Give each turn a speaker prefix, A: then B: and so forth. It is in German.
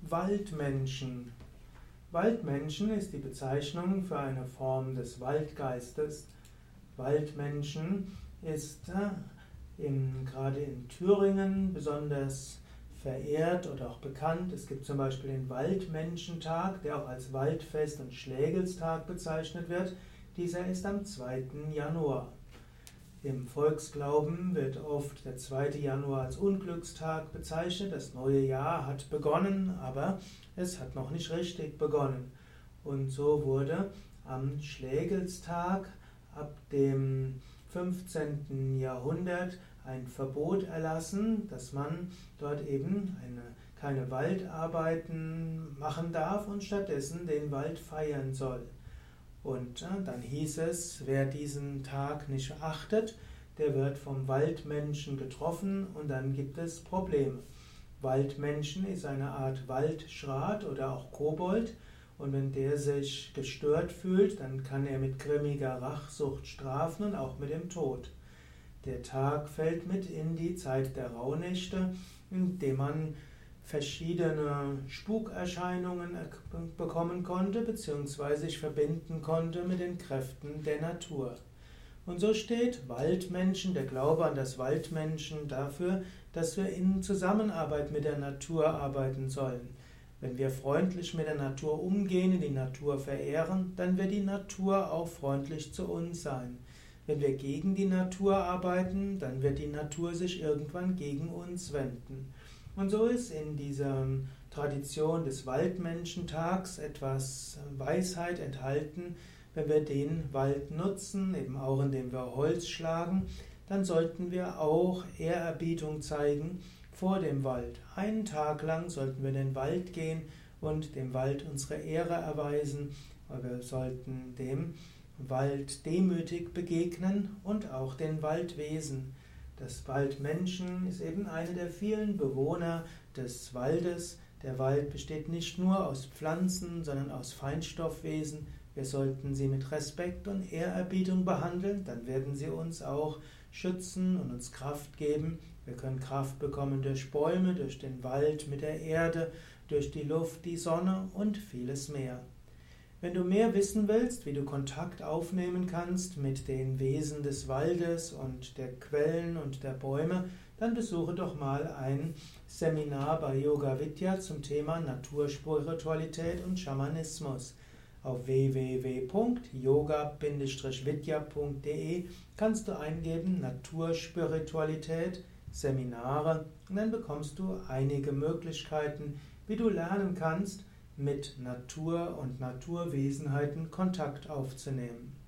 A: Waldmenschen. Waldmenschen ist die Bezeichnung für eine Form des Waldgeistes. Waldmenschen ist gerade in Thüringen besonders verehrt oder auch bekannt. Es gibt zum Beispiel den Waldmenschentag, der auch als Waldfest und Schlägelstag bezeichnet wird. Dieser ist am 2. Januar. Im Volksglauben wird oft der 2. Januar als Unglückstag bezeichnet. Das neue Jahr hat begonnen, aber es hat noch nicht richtig begonnen. Und so wurde am Schlägelstag ab dem 15. Jahrhundert ein Verbot erlassen, dass man dort eben keine Waldarbeiten machen darf und stattdessen den Wald feiern soll. Und dann hieß es, wer diesen Tag nicht achtet, der wird vom Waldmenschen getroffen und dann gibt es Probleme. Waldmenschen ist eine Art Waldschrat oder auch Kobold und wenn der sich gestört fühlt, dann kann er mit grimmiger Rachsucht strafen und auch mit dem Tod. Der Tag fällt mit in die Zeit der Rauhnächte, in dem man verschiedene Spukerscheinungen bekommen konnte, beziehungsweise sich verbinden konnte mit den Kräften der Natur. Und so steht Waldmenschen, der Glaube an das Waldmenschen, dafür, dass wir in Zusammenarbeit mit der Natur arbeiten sollen. Wenn wir freundlich mit der Natur umgehen, die Natur verehren, dann wird die Natur auch freundlich zu uns sein. Wenn wir gegen die Natur arbeiten, dann wird die Natur sich irgendwann gegen uns wenden. Und so ist in dieser Tradition des Waldmenschentags etwas Weisheit enthalten. Wenn wir den Wald nutzen, eben auch indem wir Holz schlagen, dann sollten wir auch Ehrerbietung zeigen vor dem Wald. Einen Tag lang sollten wir in den Wald gehen und dem Wald unsere Ehre erweisen. Wir sollten dem Wald demütig begegnen und auch den Waldwesen. Das Waldmenschen ist eben einer der vielen Bewohner des Waldes. Der Wald besteht nicht nur aus Pflanzen, sondern aus Feinstoffwesen. Wir sollten sie mit Respekt und Ehrerbietung behandeln, dann werden sie uns auch schützen und uns Kraft geben. Wir können Kraft bekommen durch Bäume, durch den Wald, mit der Erde, durch die Luft, die Sonne und vieles mehr. Wenn du mehr wissen willst, wie du Kontakt aufnehmen kannst mit den Wesen des Waldes und der Quellen und der Bäume, dann besuche doch mal ein Seminar bei Yoga Vidya zum Thema Naturspiritualität und Schamanismus. Auf www.yoga-vidya.de kannst du eingeben Naturspiritualität, Seminare und dann bekommst du einige Möglichkeiten, wie du lernen kannst, mit Natur und Naturwesenheiten Kontakt aufzunehmen.